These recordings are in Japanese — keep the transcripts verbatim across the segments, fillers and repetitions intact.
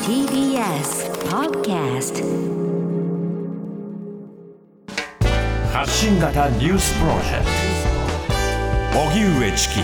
ティービーエス Podcast 発信型ニュースプロジェクト荻上チキ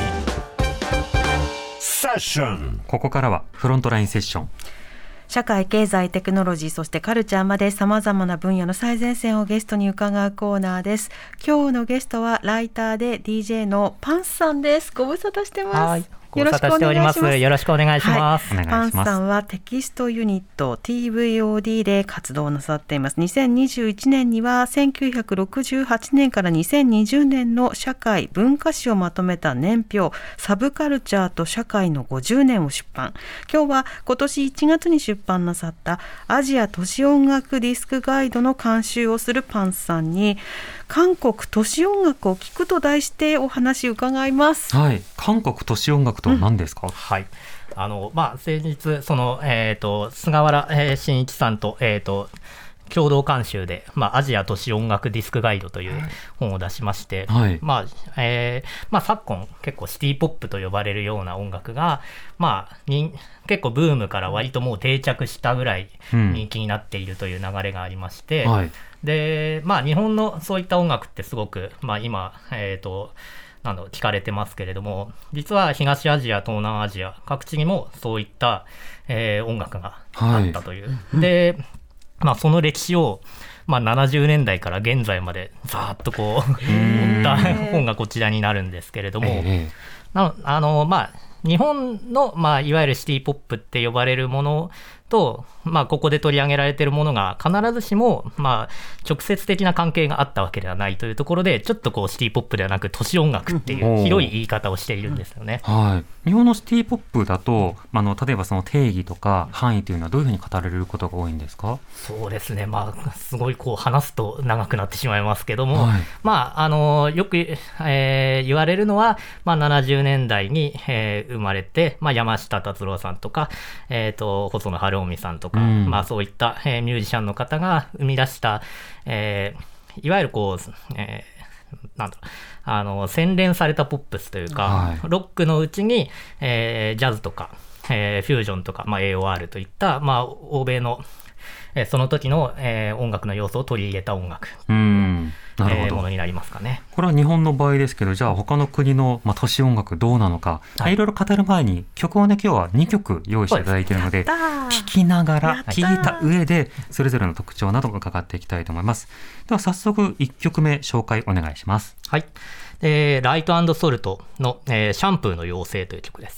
セッション。 ここからはフロントラインセッション。 社会経済テクノロジーそしてカルチャーまでさまざまな分野の最前線をゲストに伺うコーナーです。今日のゲストはライターで ディージェー のパンスさんです。ご無沙汰してます。 はい、ご無沙汰しております。よろしくお願いします。 はい、パンスさんはテキストユニット ティーブイオーディー で活動なさっています。にせんにじゅういちねんにはせんきゅうひゃくろくじゅうはちねんからにせんにじゅうねんの社会文化史をまとめた年表サブカルチャーと社会のごじゅうねんを出版。今日は今年いちがつに出版なさったアジア都市音楽ディスクガイドの監修をするパンスさんに韓国都市音楽を聞くと題してお話伺います。 はい、韓国都市音楽とは何ですか？うん、 はい、あのまあ、先日その、えー、と菅原、えー、真一さんと、えー、と共同監修で、まあ、アジア都市音楽ディスクガイドという本を出しまして、はいまあえーまあ、昨今結構シティポップと呼ばれるような音楽が、まあ、に結構ブームから割ともう定着したぐらい人気になっているという流れがありまして、うんはいでまあ、日本のそういった音楽ってすごく、まあ、今、えーとなんだろう聞かれてますけれども、実は東アジア東南アジア各地にもそういった、えー、音楽があったという、はい、で、まあ、その歴史を、まあ、ななじゅうねんだいから現在までざーっとこう追った本がこちらになるんですけれども、えー、なあのまあ日本の、まあ、いわゆるシティポップって呼ばれるものと、まあ、ここで取り上げられているものが必ずしも、まあ、直接的な関係があったわけではないというところで、ちょっとこうシティポップではなく都市音楽っていう広い言い方をしているんですよね。 はい、日本のシティポップだと、あの例えばその定義とか範囲というのはどういうふうに語られることが多いんですか？ そうですね、まあ、すごいこう話すと長くなってしまいますけども、はいまあ、あのよく、えー、言われるのは、まあ、ななじゅうねんだいに、えー、生まれて、まあ、山下達郎さんとか、えー、と細野晴臣さんとか、うんまあ、そういった、えー、ミュージシャンの方が生み出した、えー、いわゆるこう、えー、なんだろうあの洗練されたポップスというか、はい、ロックのうちに、えー、ジャズとか、えー、フュージョンとか、まあ、エーオーアール といった、まあ、欧米の、えー、その時の、えー、音楽の要素を取り入れた音楽うんなるほど、えー、ものになりますかね。 これは日本の場合ですけど、じゃあ他の国の、まあ、都市音楽どうなのか、はい、いろいろ語る前に曲をね今日はにきょく用意していただいているので、聴きながら聴いた上でそれぞれの特徴などを伺っていきたいと思います。では早速いっきょくめ紹介お願いします。 はい、えー、ライト&ソルトの、えー、シャンプーの妖精という曲です。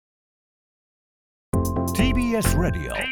ティービーエス ラディオ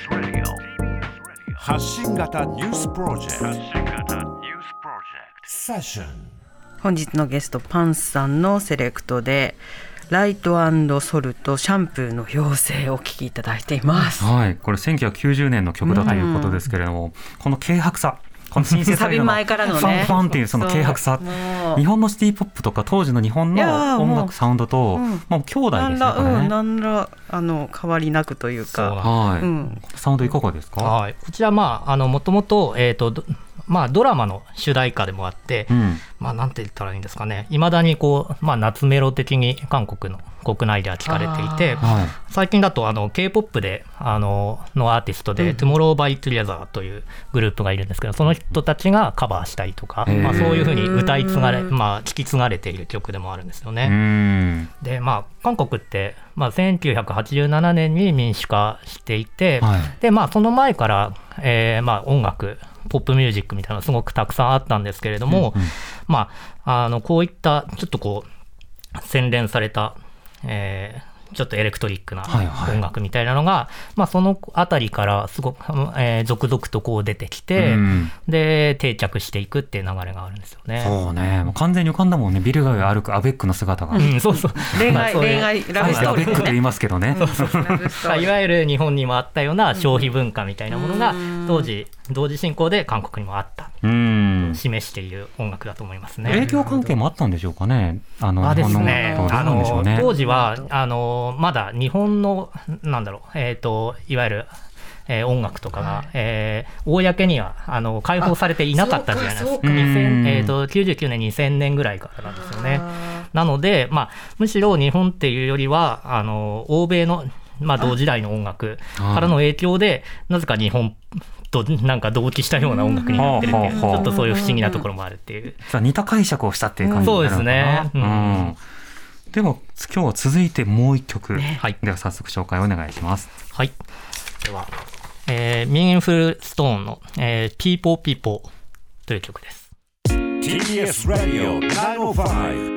発信型ニュースプロジェクトセッション。 本日のゲストパンスさんのセレクトでライト&ソルトシャンプーの妖精をお聴きいただいています。 はい、これせんきゅうひゃくきゅうじゅうねんの曲だということですけれども、この軽薄さこのシンセサイザーのファンファンっていうその軽薄さ、日本のシティポップとか当時の日本の音楽サウンドともう、うん、兄弟ですね。 何ら、うん、何らあの変わりなくというか、 はいうん、サウンドいかがですか？ はい、こちらまああのもともとえっとまあ、ドラマの主題歌でもあって、うんまあ、なんて言ったらいいんですかね、いまだにこう、まあ、夏メロ的に韓国の国内では聞かれていて、はい、最近だとあの K-ポップ であののアーティストで、うん、Tomorrow by Together というグループがいるんですけど、その人たちがカバーしたりとか、まあ、そういうふうに歌い継がれ、まあ、聞き継がれている曲でもあるんですよね。うんで、まあ、韓国って、まあ、せんきゅうひゃくはちじゅうななねんに民主化していて、はいでまあ、その前から、えーまあ、音楽ポップミュージックみたいなのすごくたくさんあったんですけれども、うんうんまあ、あのこういったちょっとこう洗練された、えーちょっとエレクトリックな音楽みたいなのが、はいはいまあ、そのあたりからすごく、えー、続々とこう出てきて、うん、で定着していくっていう流れがあるんですよね。 そうね、もう完全に浮かんだもんね、ビル街を歩くアベックの姿が、 うん、そうそう恋愛恋愛ラブストーリー、ね、 アベックと言いますけどね。そうそういわゆる日本にもあったような消費文化みたいなものが当時同時進行で韓国にもあったうん示している音楽だと思いますね。 影響関係もあったんでしょうかね。あのあですね、あの当時はあのまだ日本のなんだろう、えーと、いわゆるえー、音楽とかが、はいえー、公にはあの開放されていなかったじゃないですか。えー、ときゅうじゅうきゅうねんにせんねんぐらいからなんですよね。なので、まあ、むしろ日本っていうよりはあの欧米のまあ、同時代の音楽からの影響で、なぜか日本となんか同期したような音楽になってるっていう、ちょっとそういう不思議なところもあるっていう、 似た解釈をしたっていう感じになるのかな。 そうですね、うんうん、 では今日は続いてもう一曲、 ね、はい、 では早速紹介お願いします。 はい、では、えー、ミーンフルストーンの、えー、ピーポーピーポーという曲です。 ティービーエス Radio きゅうまるご、きゅうまるご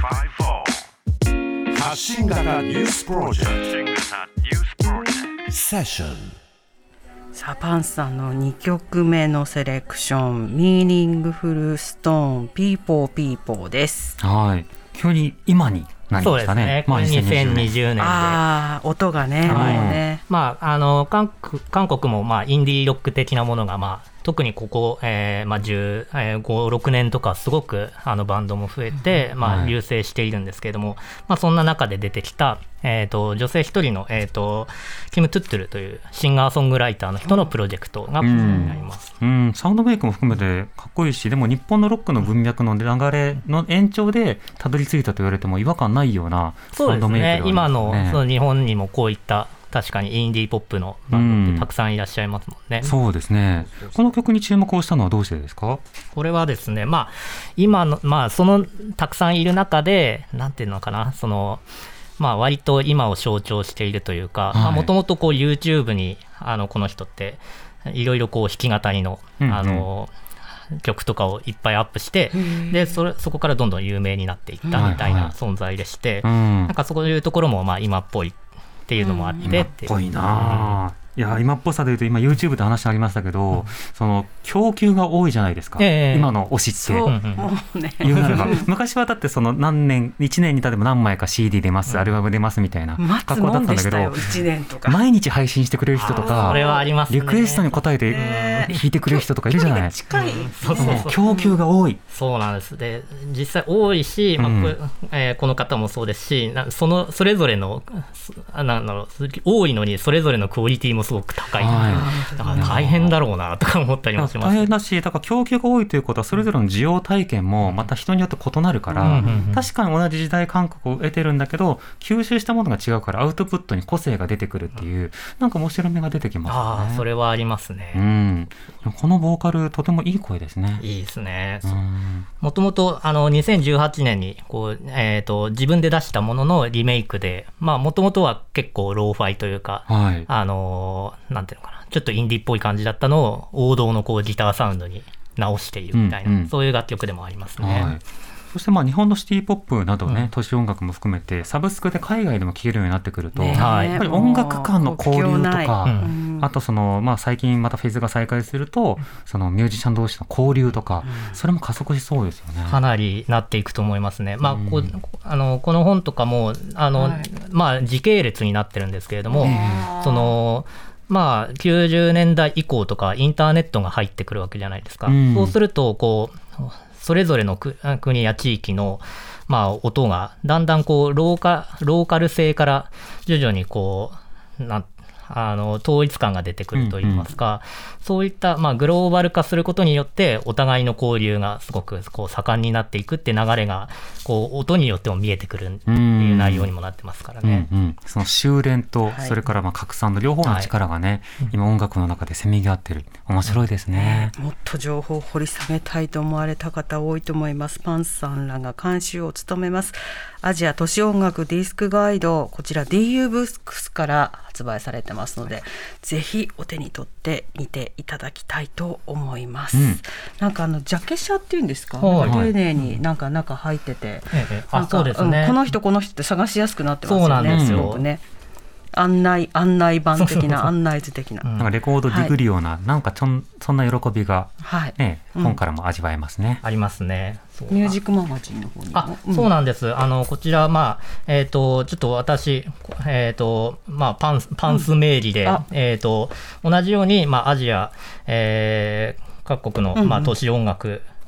発信型ニュースプロジェクトセッション。 さあパンさんのにきょくめのセレクション、ミーニングフルストーンピーポーピーポーです。 はい、急に今になりましたね。 そうですね、まあ、にせんにじゅうねんで、 あ音がね、 はい、 もうね、 まあ、あの 韓, 韓国もまあインディーロック的なものが、まあ、特にここ、えーまあ、じゅうご、ろくねんとかすごくあのバンドも増えて、まあ、隆盛しているんですけれども、はい、まあ、そんな中で出てきた、えー、と女性一人の、えー、とキム・トゥットゥルというシンガーソングライターの人のプロジェクトがこちらになります、 うんうん、サウンドメイクも含めてかっこいいし、でも日本のロックの文脈の流れの延長でたどり着いたと言われても違和感ないようなサウンドメイクではありますね。 そうですね、今 の, その日本にもこういった確かにインディーポップのバンドってたくさんいらっしゃいますもんね、 うん、そうですね。この曲に注目をしたのはどうしてですか？ これはですね、まあ、今の、まあ、そのたくさんいる中でなんていうのかな、その、まあ、割と今を象徴しているというか、もともと YouTube にあのこの人っていろいろこう弾き語りの、うんうん、あの曲とかをいっぱいアップして、で そ, れそこからどんどん有名になっていったみたいな存在でして、はいはい、なんかそういうところもまあ今っぽいっていうのもあって、うん、 今っぽいな、うん、いや今っぽさでいうと今 YouTube で話ありましたけど、うん、その供給が多いじゃないですか、えー、今の推しって、うんね、言うならば昔はだってその何年いちねんにたっても何枚か シーディー 出ます、うん、アルバム出ますみたいな格好だったんだけど、いちねんとか毎日配信してくれる人とか、 それはありますね、 リクエストに応えて弾いてくれる人とかいるじゃない、 近い、 そうそうそう、 供給が多い、 そうなんです。で実際多いし、まあこれえー、この方もそうですし、そのそれぞれのなんだろう、多いのにそれぞれのクオリティもすごく高い、はい、だから大変だろうなとか思ったりもします、ね、 大変だし、だから供給が多いということはそれぞれの需要体験もまた人によって異なるから、うんうんうん、確かに同じ時代感覚を得てるんだけど吸収したものが違うからアウトプットに個性が出てくるっていう、うん、なんか面白みが出てきますよね。 あ、それはありますね、 うん、このボーカルとてもいい声ですね。 いいですね。もともとにせんじゅうはちねんにこう、えー、と自分で出したもののリメイクで、もともとは結構ローファイというか、はい、あのなんていうのかな、ちょっとインディーっぽい感じだったのを王道のこうギターサウンドに直しているみたいな、うんうん、そういう楽曲でもありますね、はい。 そしてまあ日本のシティポップなどね、うん、都市音楽も含めてサブスクで海外でも聴けるようになってくると、ね、やっぱり音楽間の交流とか、うん、あとその、まあ、最近またフェーズが再開すると、うん、そのミュージシャン同士の交流とか、うん、それも加速しそうですよね。 かなりなっていくと思いますね、まあ、こ, あのこの本とかもあの、はい、まあ、時系列になってるんですけれども、そのまあ、きゅうじゅうねんだい以降とかインターネットが入ってくるわけじゃないですか、うん、そうするとこうそれぞれの国や地域の、まあ、音がだんだんこうローカ、ローカル性から徐々にこうなんあの統一感が出てくるといいますか、うんうん、そういった、まあ、グローバル化することによってお互いの交流がすごくこう盛んになっていくって流れがこう音によっても見えてくるっていう内容にもなってますからね、 うんうん、その修練とそれからまあ拡散の両方の力がね、はい、今音楽の中でせめぎ合ってる。面白いですね、 うん、もっと情報を掘り下げたいと思われた方多いと思います。パンさんらが監修を務めますアジア都市音楽ディスクガイド、こちら ディーユー ブックスから発売されてますので、ぜひお手に取ってみていただきたいと思います、うん、なんかあのジャケ写っていうんですか、はい、丁寧になんか中入ってて、ええ、 あ、そうですね、 うん、この人この人って探しやすくなってますよね。 そうなんですよ、 すごくね、案内案内版的な案内図的な、 なんかレコードディグるような、はい、なんかちょんそんな喜びが、はいね、うん、本からも味わえますね。 ありますね。 ミュージックマガジンの方にも、 あ、うん、そうなんです。あのこちら、まあえー、とちょっと私、えーとまあ、パンパンス名義で、うん、えー、と同じように、まあ、アジア、えー、各国の、まあ、都市音楽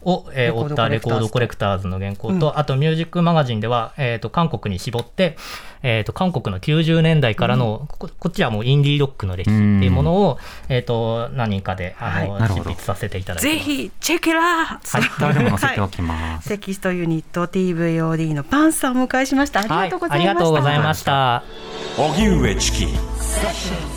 を、えー、追ったレコードコレクターズの原稿と、うん、あとミュージックマガジンでは、えー、と韓国に絞って、えー、と韓国のきゅうじゅうねんだいからの、うん、こ, こっちはもうインディーロックの歴史っていうものを、えー、と何人かであの、はい、執筆させていただいてます。 ぜひチェケラー、 ツイッターでも載せておきます、 はい、テキストユニット ティーブイオーディー のパンさんをお迎えしました。ありがとうございました。 はい、ありがとうございました。 荻上チキ